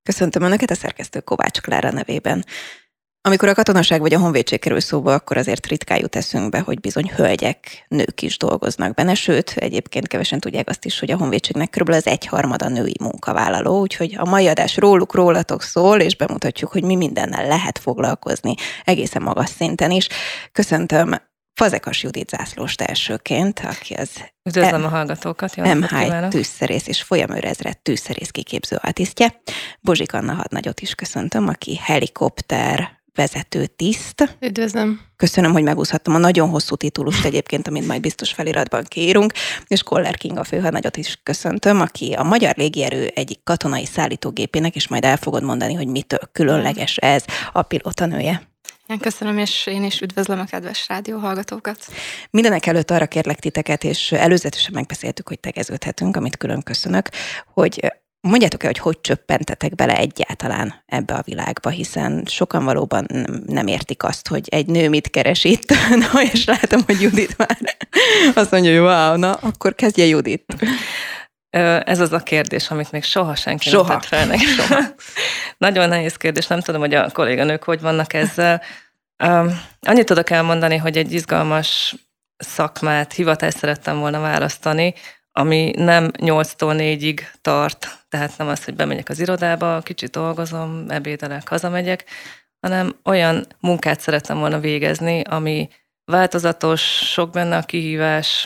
Köszöntöm Önöket a szerkesztő Kovács Klára nevében. Amikor a katonaság vagy a honvédség kerül szóba, akkor azért ritkán jut eszünkbe, hogy bizony hölgyek, nők is dolgoznak benne, sőt, egyébként kevesen tudják azt is, hogy a honvédségnek körülbelül az 1/3 női munkavállaló, úgyhogy a mai adás rólatok szól, és bemutatjuk, hogy mi mindennel lehet foglalkozni, egészen magas szinten is. Köszöntöm Fazekas Judit zászlóst elsőként, aki az Üdvözlöm a hallgatókat, jó napot MH kívánok! tűzszerész és folyamőrezred tűzszerész kiképző altisztje. Bozsik Anna hadnagyot is köszöntöm, aki helikopter vezető tiszt. Üdvözlöm! Köszönöm, hogy megúszhattam a nagyon hosszú titulust egyébként, amit majd biztos feliratban kiírunk, és Koller Kinga főhadnagyot is köszöntöm, aki a Magyar Légierő egyik katonai szállítógépének, és majd el fogod mondani, hogy mitől különleges ez, a pilótanője. Köszönöm, és én is üdvözlöm a kedves rádióhallgatókat. Mindenek előtt arra kérlek titeket, és előzetesen megbeszéltük, hogy tegeződhetünk, amit külön köszönök, hogy mondjátok-e, hogy csöppentetek bele egyáltalán ebbe a világba, hiszen sokan valóban nem értik azt, hogy egy nő mit keres itt. Na, és látom, hogy Judit már azt mondja, hogy wow, na, akkor kezdje Judit. Ez az a kérdés, amit még soha senki nem tett fel nekem. Soha. Nagyon nehéz kérdés, nem tudom, hogy a kolléganők hogy vannak ezzel. Annyit tudok elmondani, hogy egy izgalmas szakmát, hivatást szerettem volna választani, ami nem 8-tól 4-ig tart, tehát nem az, hogy bemegyek az irodába, kicsit dolgozom, ebédelek, hazamegyek, hanem olyan munkát szerettem volna végezni, ami változatos, sok benne a kihívás,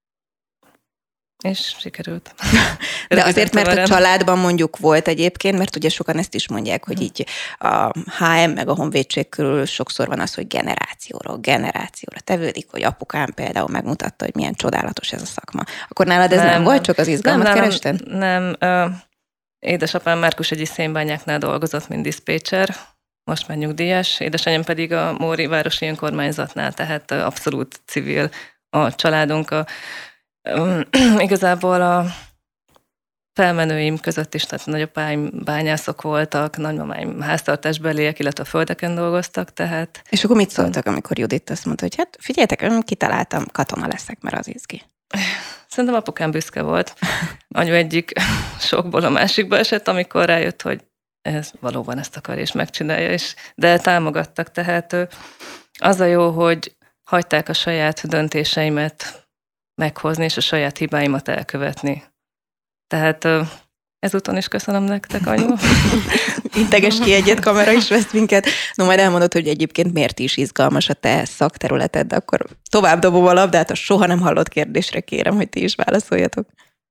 és sikerült. De azért, mert a családban mondjuk volt egyébként, mert ugye sokan ezt is mondják, hogy így a HM meg a honvédség körül sokszor van az, hogy generációra tevődik, hogy apukám például megmutatta, hogy milyen csodálatos ez a szakma. Akkor nálad ez nem volt, csak az izgalmat kerested? Nem. Édesapám Márkus egy Szénbányáknál dolgozott, mint diszpécser, most már nyugdíjas, édesanyám pedig a Móri városi önkormányzatnál, tehát abszolút civil a családunk. Igazából a felmenőim között is, tehát nagyapáim bányászok voltak, nagymamáim háztartásbeliek, illetve a földeken dolgoztak, tehát... És akkor mit szóltak, amikor Judit azt mondta, hogy hát figyeljetek, kitaláltam, katona leszek, mert az izgi. Szerintem apukám büszke volt. Anyu egyik sokból a másikba esett, amikor rájött, hogy ez valóban ezt akar és megcsinálja, de támogattak, tehát az a jó, hogy hagyták a saját döntéseimet meghozni, és a saját hibáimat elkövetni. Tehát ezúton is köszönöm nektek, anyu. Integes ki egyet, kamera is vesz minket. No, majd elmondod, hogy egyébként miért is izgalmas a te szakterületed, de akkor tovább dobom a labdát, a soha nem hallott kérdésre kérem, hogy ti is válaszoljatok.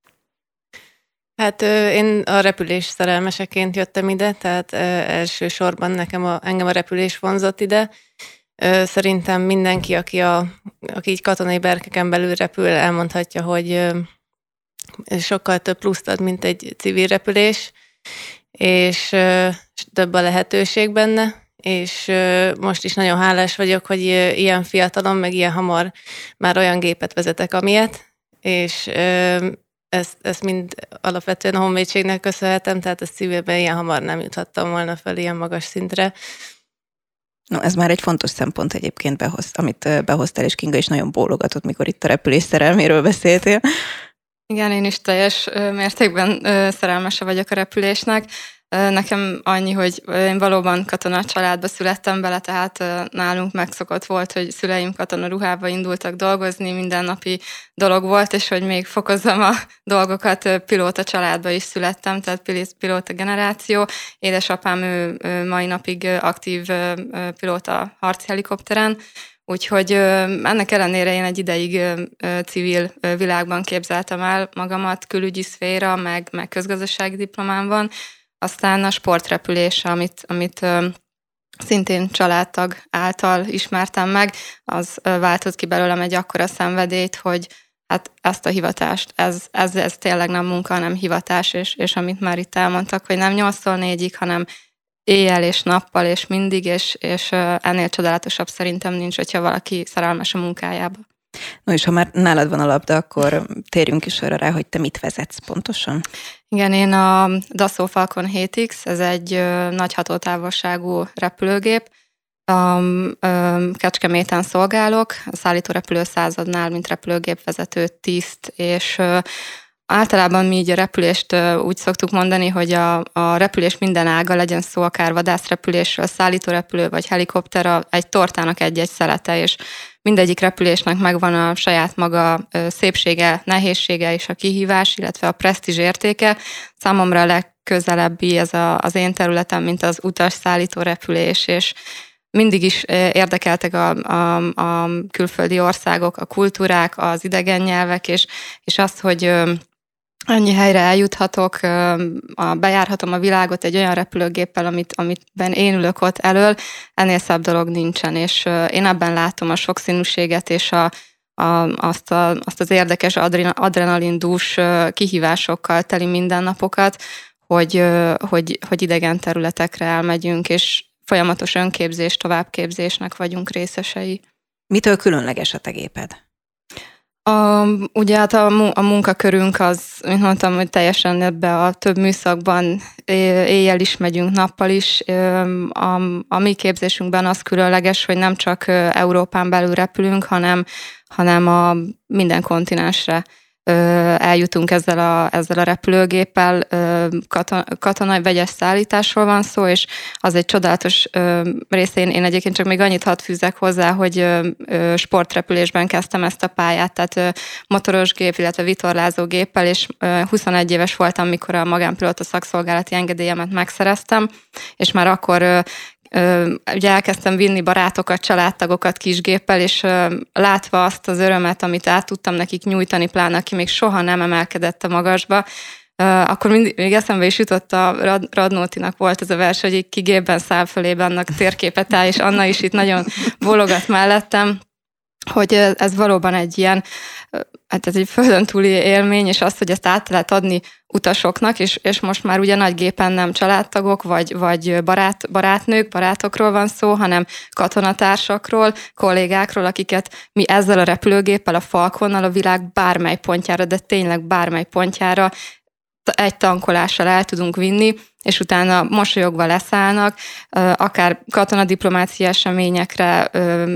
Hát én a repülés szerelmeseként jöttem ide, tehát elsősorban engem a repülés vonzott ide. Szerintem mindenki, aki így katonai berkeken belül repül, elmondhatja, hogy sokkal több pluszt ad, mint egy civil repülés, és több a lehetőség benne, és most is nagyon hálás vagyok, hogy ilyen fiatalon, meg ilyen hamar már olyan gépet vezetek, amilyet, és ezt mind alapvetően a honvédségnek köszönhetem, tehát ezt civilben ilyen hamar nem juthattam volna fel ilyen magas szintre. No, ez már egy fontos szempont egyébként, amit behoztál, és Kinga is nagyon bólogatott, mikor itt a repülés szerelméről beszéltél. Igen, én is teljes mértékben szerelmese vagyok a repülésnek. Nekem annyi, hogy én valóban katona családba születtem bele, tehát nálunk megszokott volt, hogy szüleim katona ruhába indultak dolgozni, mindennapi dolog volt, és hogy még fokozzam a dolgokat, pilóta családba is születtem, tehát pilóta generáció. Édesapám ő mai napig aktív pilóta harci helikopteren, úgyhogy ennek ellenére én egy ideig civil világban képzeltem el magamat, külügyi szféra, meg közgazdasági diplomám van. Aztán a sportrepülés, amit szintén családtag által ismertem meg, az váltott ki belőlem egy akkora szenvedélyt, hogy hát ezt a hivatást, ez tényleg nem munka, hanem hivatás, és amit már itt elmondtak, hogy nem 8-tól 4-ig, hanem éjjel és nappal, és mindig, és ennél csodálatosabb szerintem nincs, hogyha valaki szerelmes a munkájába. No, és ha már nálad van a labda, akkor térjünk is arra rá, hogy te mit vezetsz pontosan. Igen, én a Dassault Falcon 7X, ez egy nagy hatótávolságú repülőgép. Kecskeméten szolgálok, a szállítórepülő századnál, mint repülőgépvezető tiszt, és Általában mi így a repülést úgy szoktuk mondani, hogy a repülés minden ága, legyen szó akár vadászrepülésről, szállítórepülő vagy helikopter, egy tortának egy-egy szelete, és mindegyik repülésnek megvan a saját maga szépsége, nehézsége és a kihívás, illetve a presztízs értéke. Számomra a legközelebbi ez az én területem, mint az utas szállítórepülés, és mindig is érdekeltek a külföldi országok, a kultúrák, az idegen nyelvek, és azt, hogy annyi helyre eljuthatok, bejárhatom a világot egy olyan repülőgéppel, amitben én ülök ott elől, ennél szebb dolog nincsen, és én ebben látom a sokszínűséget, és azt az érdekes adrenalindús kihívásokkal teli mindennapokat, hogy idegen területekre elmegyünk, és folyamatos önképzés, továbbképzésnek vagyunk részesei. Mitől különleges a te géped? Ugye hát a munkakörünk az, mint mondtam, hogy teljesen ebbe a több műszakban éjjel is megyünk, nappal is. A mi képzésünkben az különleges, hogy nem csak Európán belül repülünk, hanem a minden kontinensre eljutunk ezzel a repülőgéppel, katonai vegyes szállításról van szó, és az egy csodálatos részén. Én egyébként csak még annyit hadd fűzzek hozzá, hogy sportrepülésben kezdtem ezt a pályát, tehát motoros gép, illetve vitorlázó géppel, és 21 éves voltam, mikor a magánpilóta szakszolgálati engedélyemet megszereztem, és már akkor ugye elkezdtem vinni barátokat, családtagokat kisgéppel, és látva azt az örömet, amit át tudtam nekik nyújtani, pláne aki még soha nem emelkedett a magasba, akkor még eszembe is jutott a Radnótinak volt ez a vers, hogy így ki gépben száll fölébe, annak térképet áll, és Anna is itt nagyon bólogat mellettem, hogy ez valóban egy ilyen, hát ez egy földön túli élmény, és azt, hogy ezt át lehet adni utasoknak, és most már ugye nagy gépen nem családtagok, vagy barátnők, barátokról van szó, hanem katonatársakról, kollégákról, akiket mi ezzel a repülőgéppel, a Falconnal a világ bármely pontjára, de tényleg bármely pontjára egy tankolással el tudunk vinni, és utána mosolyogva leszállnak, akár katonadiplomáciai eseményekre,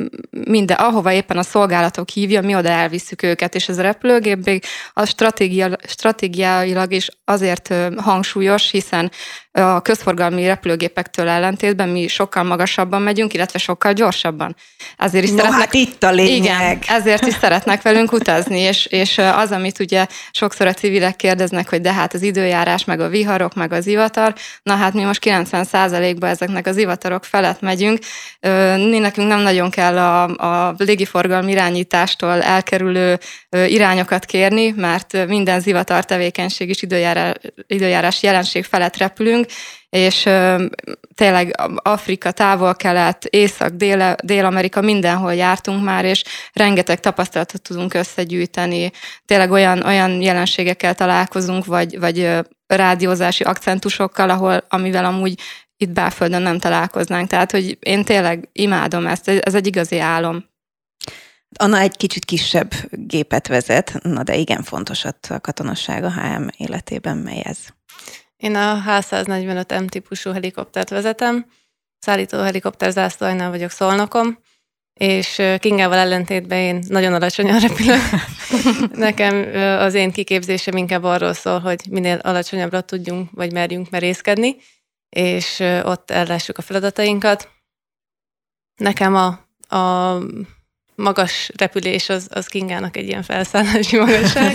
ahova éppen a szolgálatok hívja, mi oda elvisszük őket, és ez a repülőgép még a stratégiailag is azért hangsúlyos, hiszen a közforgalmi repülőgépektől ellentétben mi sokkal magasabban megyünk, illetve sokkal gyorsabban. Ezért is hát itt a lényeg. Igen, ezért is szeretnek velünk utazni, és az, amit ugye sokszor a civilek kérdeznek, hogy de hát az időjárás, meg a viharok, meg az zivatar, na hát mi most 90%-ban ezeknek az zivatarok felett megyünk. Nekünk nem nagyon kell a légiforgalmi irányítástól elkerülő irányokat kérni, mert minden zivatar tevékenység is időjárás jelenség felett repülünk, és tényleg Afrika, Távol-Kelet, Észak, Dél-Amerika, mindenhol jártunk már, és rengeteg tapasztalatot tudunk összegyűjteni. Tényleg olyan jelenségekkel találkozunk, vagy rádiózási akcentusokkal, amivel amúgy itt belföldön nem találkoznánk. Tehát, hogy én tényleg imádom ezt, ez egy igazi álom. Anna egy kicsit kisebb gépet vezet, na de igen fontos a katonasság a HM életében, mely ez? Én a H145M típusú helikoptert vezetem, szállító helikopter zászlóalnál vagyok Szolnokon, és Kingával ellentétben én nagyon alacsonyan repülök. Nekem az én kiképzésem inkább arról szól, hogy minél alacsonyabbra tudjunk, vagy merjünk merészkedni, és ott ellássuk a feladatainkat. Nekem a magas repülés az Kingának egy ilyen felszállási magasság.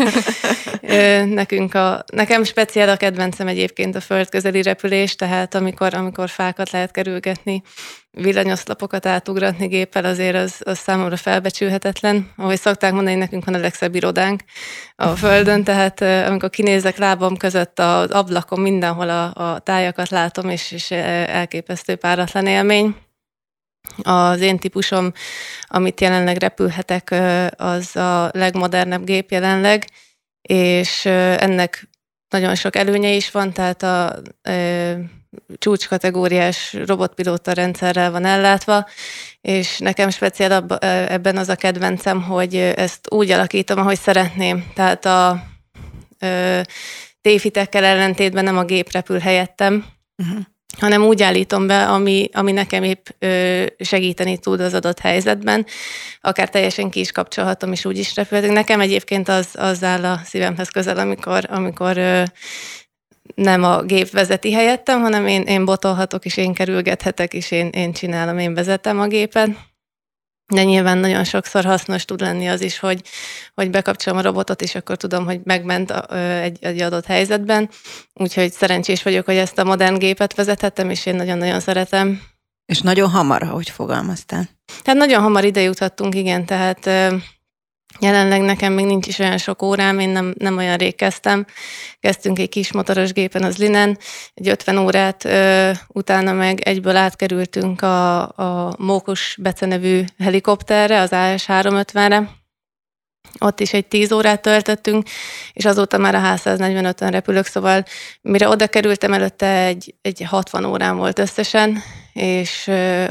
Nekem speciál a kedvencem egyébként a földközeli repülés, tehát amikor fákat lehet kerülgetni, villanyoszlapokat átugratni géppel, azért az számomra felbecsülhetetlen. Ahogy szokták mondani, nekünk van a legszebb irodánk a földön, tehát amikor kinézek lábam között az ablakon, mindenhol a tájakat látom, és elképesztő páratlan élmény. Az én típusom, amit jelenleg repülhetek, az a legmodernebb gép jelenleg, és ennek nagyon sok előnye is van, tehát a csúcskategóriás robotpilóta rendszerrel van ellátva, és nekem speciál ebben az a kedvencem, hogy ezt úgy alakítom, ahogy szeretném. Tehát a tévhitekkel ellentétben nem a gép repül helyettem, hanem úgy állítom be, ami nekem épp segíteni tud az adott helyzetben. Akár teljesen ki is kapcsolhatom, és úgy is repülhetünk. Nekem egyébként az áll a szívemhez közel, amikor nem a gép vezeti helyettem, hanem én botolhatok, és én kerülgethetek, és én csinálom, én vezetem a gépet. De nyilván nagyon sokszor hasznos tud lenni az is, hogy bekapcsolom a robotot, és akkor tudom, hogy megment egy adott helyzetben. Úgyhogy szerencsés vagyok, hogy ezt a modern gépet vezethettem, és én nagyon-nagyon szeretem. És nagyon hamar, ahogy fogalmaztál. Tehát nagyon hamar ide juthattunk, igen, tehát jelenleg nekem még nincs is olyan sok órám, én nem olyan rég kezdtem. Kezdtünk egy kis motoros gépen, az Linen, egy 50 órát, utána meg egyből átkerültünk a Mókus Bece nevű helikopterre, az AS-350-re. Ott is egy 10 órát töltöttünk, és azóta már a H145-ön repülök, szóval mire oda kerültem, előtte egy 60 órám volt összesen, és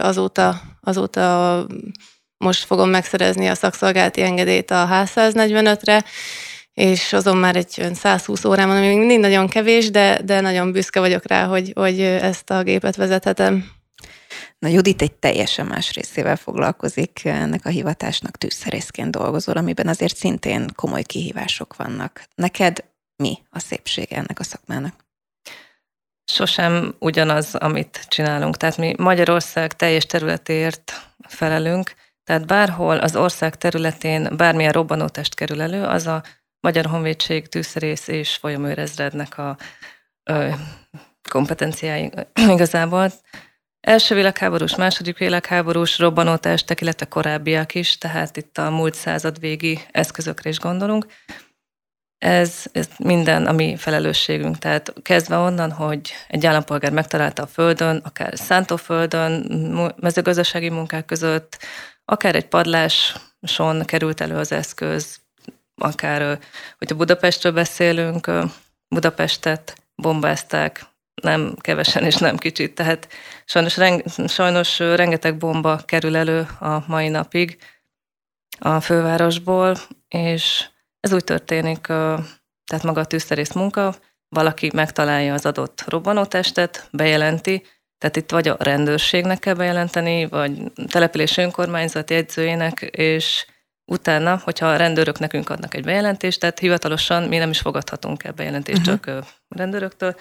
azóta most fogom megszerezni a szakszolgálati engedélyt a H145-re, és azon már egy 120 órám van, ami még mindig nagyon kevés, de nagyon büszke vagyok rá, hogy ezt a gépet vezethetem. Na, Judit egy teljesen más részével foglalkozik ennek a hivatásnak, tűzszerészként dolgozol, amiben azért szintén komoly kihívások vannak. Neked mi a szépsége ennek a szakmának? Sosem ugyanaz, amit csinálunk. Tehát mi Magyarország teljes területéért felelünk, tehát bárhol az ország területén bármilyen robbanótest kerül elő, az a Magyar Honvédség tűzszerész és folyamőrezrednek a kompetenciái igazából. Első világháborús, második világháborús robbanótestek, illetve korábbiak is, tehát itt a múlt század végi eszközökre is gondolunk. Ez minden a mi felelősségünk, tehát kezdve onnan, hogy egy állampolgár megtalálta a földön, akár szántóföldön, mezőgazdasági munkák között, akár egy padláson került elő az eszköz, akár, hogyha Budapestről beszélünk, Budapestet bombázták, nem kevesen és nem kicsit, tehát sajnos rengeteg bomba kerül elő a mai napig a fővárosból, és ez úgy történik, tehát maga a tűzszerész munka, valaki megtalálja az adott robbanótestet, bejelenti, tehát itt vagy a rendőrségnek kell bejelenteni, vagy települési önkormányzat jegyzőjének, és utána, hogyha a rendőrök nekünk adnak egy bejelentést, tehát hivatalosan mi nem is fogadhatunk el bejelentést csak rendőröktől,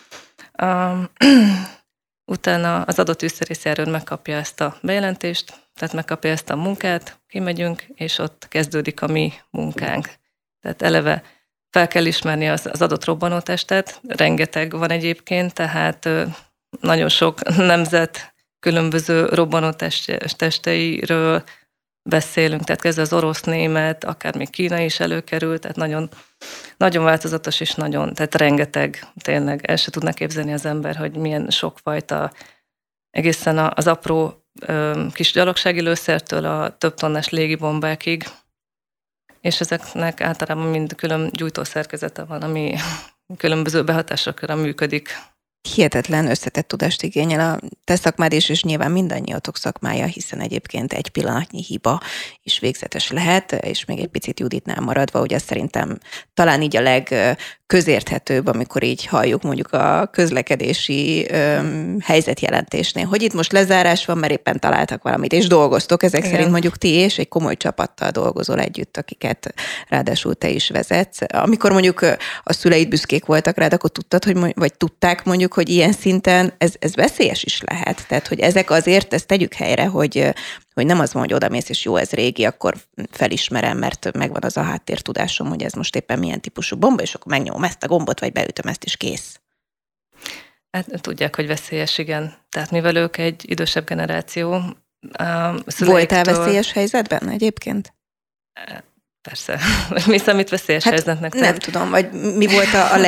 utána az adott tűzszerészjárőr megkapja ezt a bejelentést, tehát megkapja ezt a munkát, kimegyünk, és ott kezdődik a mi munkánk. Tehát eleve fel kell ismerni az adott robbanótestet, rengeteg van egyébként, tehát nagyon sok nemzet különböző robbanótesteiről beszélünk, tehát kezdve az orosz-német, akár még Kína is előkerül, tehát nagyon, nagyon változatos és tehát rengeteg, tényleg el se tudna képzelni az ember, hogy milyen sokfajta, egészen az apró kis gyalogsági lőszertől a több tonnás légibombákig, és ezeknek általában mind külön gyújtószerkezete van, ami különböző behatásokra működik. Hihetetlen összetett tudást igényel a te szakmád is, és nyilván mindannyiatok szakmája, hiszen egyébként egy pillanatnyi hiba is végzetes lehet, és még egy picit Juditnál maradva, ugye szerintem talán így a legközérthetőbb, amikor így halljuk mondjuk a közlekedési helyzetjelentésnél, hogy itt most lezárás van, mert éppen találtak valamit, és dolgoztok, ezek szerint mondjuk ti és egy komoly csapattal dolgozol együtt, akiket ráadásul te is vezetsz. Amikor mondjuk a szüleid büszkék voltak rád, akkor tudtad, vagy tudták mondjuk, hogy ilyen szinten ez veszélyes is lehet. Tehát, hogy ezek azért, ezt tegyük helyre, hogy nem az van, hogy odamész, és jó, ez régi, akkor felismerem, mert megvan az a háttértudásom, hogy ez most éppen milyen típusú bomba, és akkor megnyomom ezt a gombot, vagy beütöm ezt, is kész. Hát tudják, hogy veszélyes, igen. Tehát mivel ők egy idősebb generáció. Voltál veszélyes helyzetben egyébként? Persze. Mi számít veszélyes helyzetnek? Nem tudom, vagy mi volt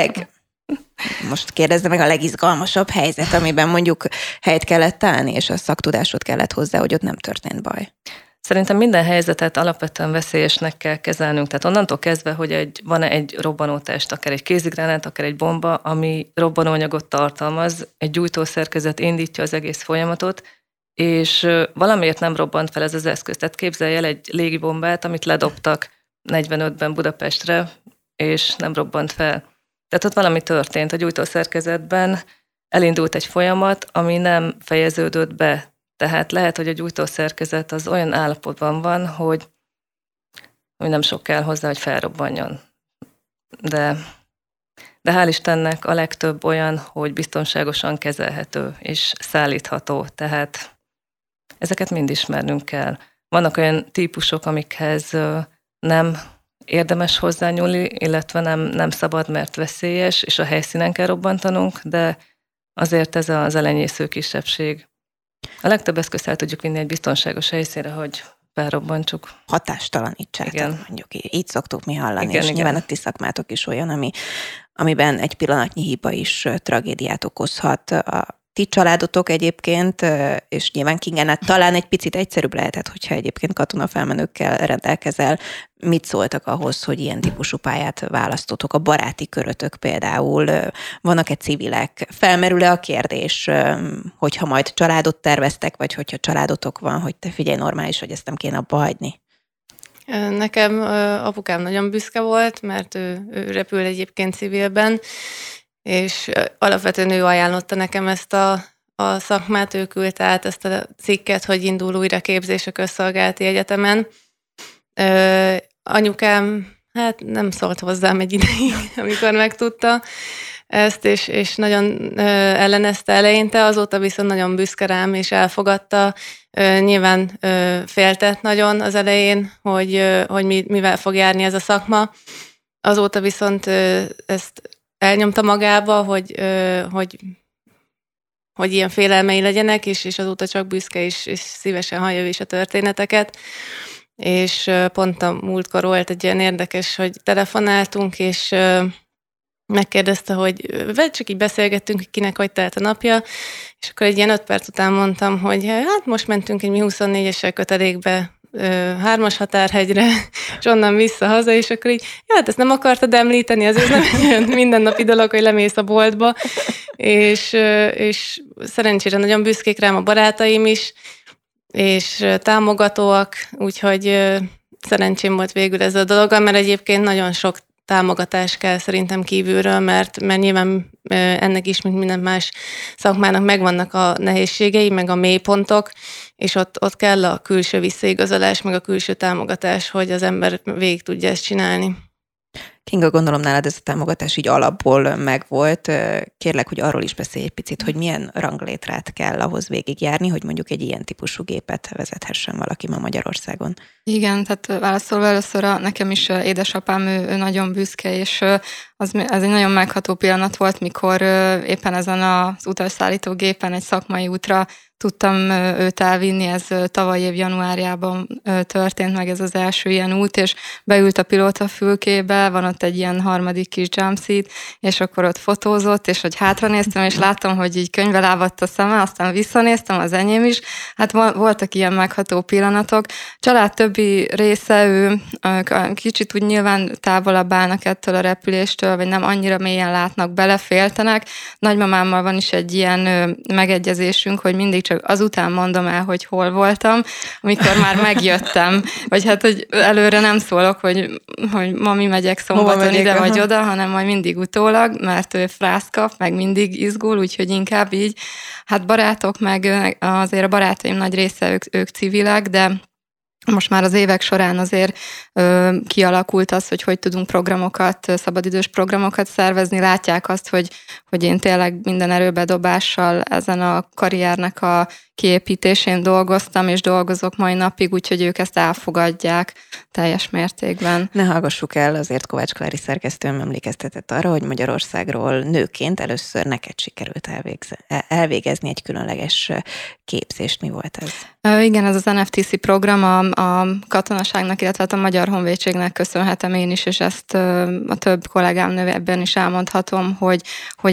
most kérdezze meg a legizgalmasabb helyzet, amiben mondjuk helyt kellett állni, és a szaktudásod kellett hozzá, hogy ott nem történt baj. Szerintem minden helyzetet alapvetően veszélyesnek kell kezelnünk. Tehát onnantól kezdve, hogy van-e egy robbanótest, akár egy kézigránát, akár egy bomba, ami robbanóanyagot tartalmaz, egy gyújtószerkezet indítja az egész folyamatot, és valamiért nem robbant fel ez az eszköz. Tehát képzelj el egy légibombát, amit ledobtak 45-ben Budapestre, és nem robbant fel. Tehát ott valami történt a gyújtószerkezetben, elindult egy folyamat, ami nem fejeződött be. Tehát lehet, hogy a gyújtószerkezet az olyan állapotban van, hogy nem sok kell hozzá, hogy felrobbanjon. De hál' Istennek a legtöbb olyan, hogy biztonságosan kezelhető és szállítható. Tehát ezeket mind ismernünk kell. Vannak olyan típusok, amikhez nem érdemes hozzányúlni, illetve nem szabad, mert veszélyes, és a helyszínen kell robbantanunk, de azért ez az elenyésző kisebbség. A legtöbb eszközt el tudjuk vinni egy biztonságos helyszínre, hogy felrobbantsuk. Hatástalanítsátok, mondjuk így szoktuk mi hallani, igen, és nyilván a ti szakmátok is olyan, amiben egy pillanatnyi hiba is tragédiát okozhat. A ti családotok egyébként, és nyilván Kingánál talán egy picit egyszerűbb lehetett, hogyha egyébként katonafelmenőkkel rendelkezel. Mit szóltak ahhoz, hogy ilyen típusú pályát választotok? A baráti körötök például, vannak-e civilek? Felmerül-e a kérdés, hogyha majd családot terveztek, vagy hogyha családotok van, hogy te figyelj, normális, hogy ezt nem kéne abba hagyni? Nekem apukám nagyon büszke volt, mert ő repül egyébként civilben, és alapvetően ő ajánlotta nekem ezt a szakmát, ő küldte át ezt a cikket, hogy indul újra képzés a Közszolgálati Egyetemen. Anyukám hát nem szólt hozzám egy ideig, amikor megtudta ezt, és nagyon ellenezte eleinte, azóta viszont nagyon büszke rám, és elfogadta. Nyilván féltett nagyon az elején, hogy mivel fog járni ez a szakma. Azóta viszont ezt elnyomta magába, hogy ilyen félelmei legyenek, és azóta csak büszke, és szívesen hallja is a történeteket. És pont a múltkor volt egy ilyen érdekes, hogy telefonáltunk, és megkérdezte, hogy csak így beszélgettünk, hogy kinek hogy telt a napja, és akkor egy ilyen 5 perc után mondtam, hogy hát most mentünk egy mi 24-essel kötelékbe 3-as Határhegyre, és onnan vissza haza, és akkor így, hát ezt nem akartad említeni, azért nem egy olyan mindennapi dolog, hogy lemész a boltba, és szerencsére nagyon büszkék rám a barátaim is, és támogatóak, úgyhogy szerencsém volt végül ez a dolog, mert egyébként nagyon sok támogatás kell szerintem kívülről, mert nyilván ennek is, mint minden más szakmának megvannak a nehézségei, meg a mélypontok, és ott kell a külső visszaigazolás, meg a külső támogatás, hogy az ember végig tudja ezt csinálni. Kinga, gondolom nálad ez a támogatás így alapból megvolt. Kérlek, hogy arról is beszélj egy picit, hogy milyen ranglétrát kell ahhoz végigjárni, hogy mondjuk egy ilyen típusú gépet vezethessen valaki ma Magyarországon. Igen, tehát válaszolva először nekem is édesapám, ő nagyon büszke, és ez egy nagyon megható pillanat volt, mikor éppen ezen az utasszállító gépen egy szakmai útra tudtam őt elvinni, ez tavaly év januárjában történt meg ez az első ilyen út, és beült a pilótafülkébe, van ott egy ilyen harmadik kis jumpseat, és akkor ott fotózott, és hogy hátranéztem, és láttam, hogy így könyvbe lábadt a szeme, aztán visszanéztem, az enyém is. Hát voltak ilyen megható pillanatok. Család többi része, ő kicsit úgy nyilván távolabb állnak ettől a repüléstől, vagy nem annyira mélyen látnak bele, féltenek. Nagymamámmal van is egy ilyen megegyezésünk, hogy mindig csak azután mondom el, hogy hol voltam, amikor már megjöttem. Vagy hát, hogy előre nem szólok, hogy mami megyek szombaton ide vagy oda, hanem majd mindig utólag, mert ő frász kap, meg mindig izgul, úgyhogy inkább így. Hát barátok, meg azért a barátaim nagy része ők civilek, de most már az évek során azért kialakult az, hogy tudunk programokat, szabadidős programokat szervezni. Látják azt, hogy én tényleg minden erőbedobással ezen a karriernek a kiépítésén dolgoztam, és dolgozok mai napig, úgyhogy ők ezt elfogadják teljes mértékben. Ne hallgassuk el, azért Kovács Klári szerkesztőm emlékeztetett arra, hogy Magyarországról nőként először neked sikerült elvégezni egy különleges képzést. Mi volt ez? Igen, ez az NFTC program a katonaságnak, illetve a Magyar Honvédségnek köszönhetem én is, és ezt a több kollégám nevében is elmondhatom, hogy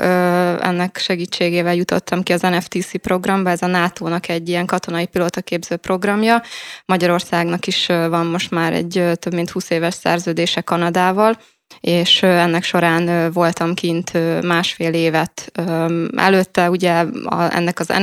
ennek segítségével jutottam ki az NFTC programba, ez a NATO-nak egy ilyen katonai pilótaképző programja. Magyarországnak is van most már egy több mint 20 éves szerződése Kanadával, és ennek során voltam kint 1,5 évet. Előtte ugye ennek az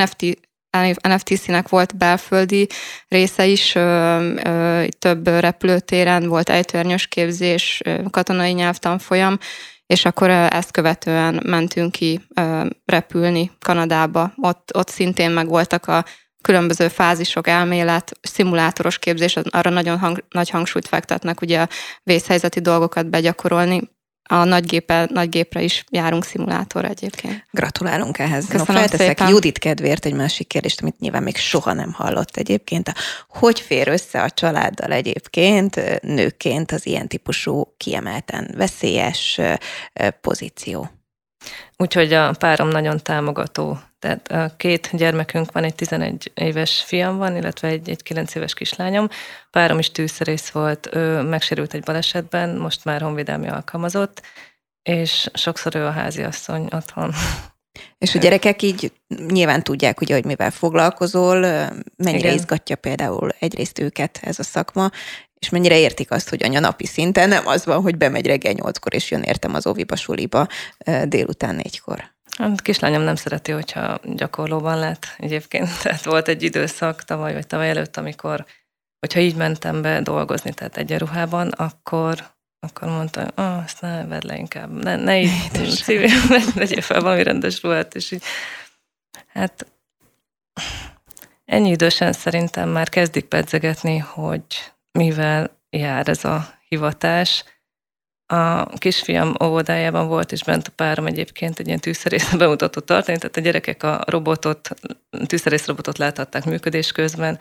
NFTC-nek volt belföldi része is, több repülőtéren volt ejtőernyős képzés, katonai nyelvtanfolyam, és akkor ezt követően mentünk ki repülni Kanadába. Ott szintén megvoltak a különböző fázisok, elmélet, szimulátoros képzés, arra nagyon nagy hangsúlyt fektetnek, ugye a vészhelyzeti dolgokat begyakorolni. A nagy gépre is járunk szimulátorra egyébként. Gratulálunk ehhez. Köszönöm felteszek szépen. Judit kedvéért egy másik kérdést, amit nyilván még soha nem hallott egyébként. Hogy fér össze a családdal egyébként nőként az ilyen típusú kiemelten veszélyes pozíció? Úgyhogy a párom nagyon támogató. Tehát 2 gyermekünk van, egy 11 éves fiam van, illetve egy 9 éves kislányom. Párom is tűzszerész volt, ő megsérült egy balesetben, most már honvédelmi alkalmazott, és sokszor ő a háziasszony otthon. És a gyerekek így nyilván tudják, ugye, hogy mivel foglalkozol, mennyire Igen. izgatja például egyrészt őket ez a szakma, és mennyire értik azt, hogy anya napi szinten nem az van, hogy bemegy reggel 8-kor, és jön értem az óviba, suliba délután 4-kor. A kislányom nem szereti, hogyha gyakorlóban lát egyébként. Tehát volt egy időszak tavaly vagy tavaly előtt, amikor, hogyha így mentem be dolgozni, tehát egyenruhában, akkor mondta, ezt ne vedd le inkább, ne így vegyél fel valami rendes ruhát, és így, hát ennyi idősen szerintem már kezdik pedzegetni, hogy mivel jár ez a hivatás. A kisfiam óvodájában volt, és bent a párom egyébként egy ilyen tűzszerész bemutatót tartani, tehát a gyerekek a tűzszerész robotot láthatták működés közben,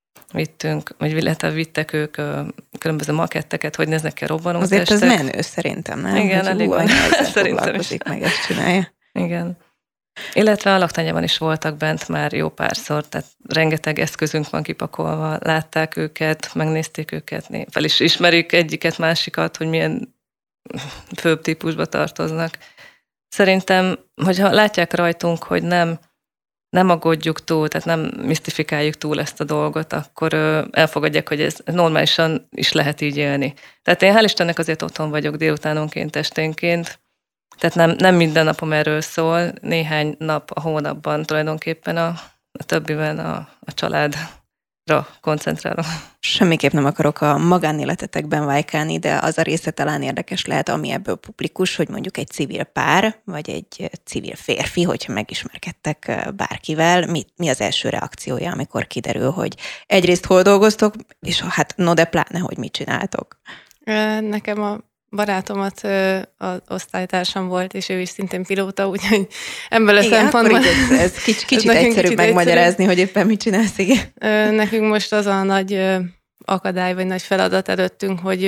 vittek ők különböző maketteket, hogy néznek ki a robbanótestek. Azért ez menő szerintem, nem? Igen, elég van. Szerintem is. Meg ezt csinálja. Igen. Illetve a laktanyában is voltak bent már jó párszor, tehát rengeteg eszközünk van kipakolva, látták őket, megnézték őket, fel is ismerik egyiket, másikat, hogy milyen főbb típusba tartoznak. Szerintem, hogyha látják rajtunk, hogy nem aggódjuk túl, tehát nem misztifikáljuk túl ezt a dolgot, akkor elfogadják, hogy ez normálisan is lehet így élni. Tehát én hál' Istennek azért otthon vagyok délutánonként, esténként, tehát nem minden napom erről szól, néhány nap a hónapban tulajdonképpen a többiben a családra koncentrálom. Semmiképp nem akarok a magánéletetekben vájkálni, de az a része talán érdekes lehet, ami ebből publikus, hogy mondjuk egy civil pár, vagy egy civil férfi, hogyha megismerkedtek bárkivel, mi az első reakciója, amikor kiderül, hogy egyrészt hol dolgoztok, és hát no de pláne, hogy mit csináltok? Nekem a barátomat az osztálytársam volt, és ő is szintén pilóta, úgyhogy ebből a szempontból... Ez kicsit egyszerűbb megmagyarázni, hogy éppen mit csinálsz, igen. Nekünk most az a nagy akadály, vagy nagy feladat előttünk, hogy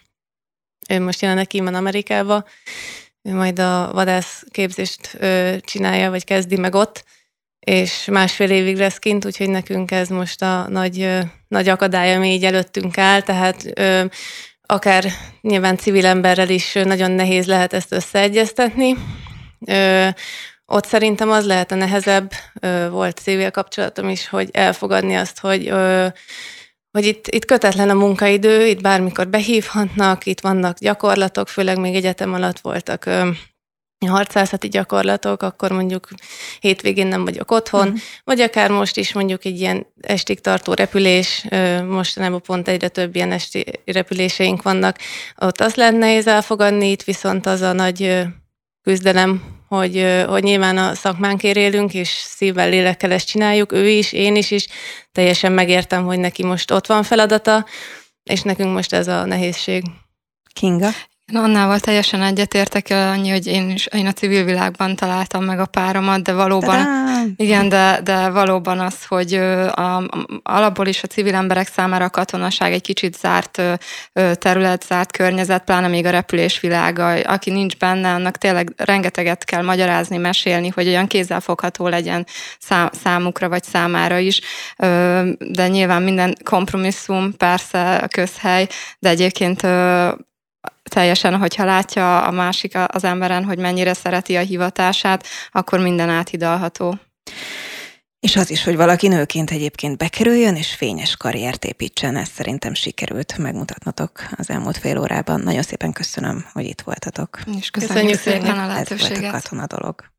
ő most jelenleg ki van Amerikába, ő majd a vadászképzést csinálja, vagy kezdi meg ott, és 1,5 évig lesz kint, úgyhogy nekünk ez most a nagy akadály, ami így előttünk áll, tehát akár nyilván civil emberrel is nagyon nehéz lehet ezt összeegyeztetni. Ott szerintem az lehet a nehezebb, volt civil kapcsolatom is, hogy elfogadni azt, hogy itt kötetlen a munkaidő, itt bármikor behívhatnak, itt vannak gyakorlatok, főleg még egyetem alatt voltak harcászati gyakorlatok, akkor mondjuk hétvégén nem vagyok otthon, vagy akár most is mondjuk egy ilyen estig tartó repülés, mostanában pont egyre több ilyen esti repüléseink vannak, ott azt lehet nehéz elfogadni, itt viszont az a nagy küzdelem, hogy nyilván a szakmánkért élünk, és szívvel, lélekkel ezt csináljuk, ő is, én is teljesen megértem, hogy neki most ott van feladata, és nekünk most ez a nehézség. Kinga? Annával teljesen egyetértek, annyi, hogy én a civil világban találtam meg a páromat, de valóban, igen, de valóban az, hogy alapból is a civil emberek számára a katonaság egy kicsit zárt terület, zárt környezet, pláne még a repülés világa, aki nincs benne, annak tényleg rengeteget kell magyarázni, mesélni, hogy olyan kézzelfogható legyen számukra vagy számára is, de nyilván minden kompromisszum, persze a közhely, de egyébként teljesen, hogyha látja a másik az emberen, hogy mennyire szereti a hivatását, akkor minden áthidalható. És az is, hogy valaki nőként egyébként bekerüljön, és fényes karriert építsen, ezt szerintem sikerült megmutatnotok az elmúlt fél órában. Nagyon szépen köszönöm, hogy itt voltatok. És köszönjük szépen a lehetőséget. Ez volt a Katona Dolog.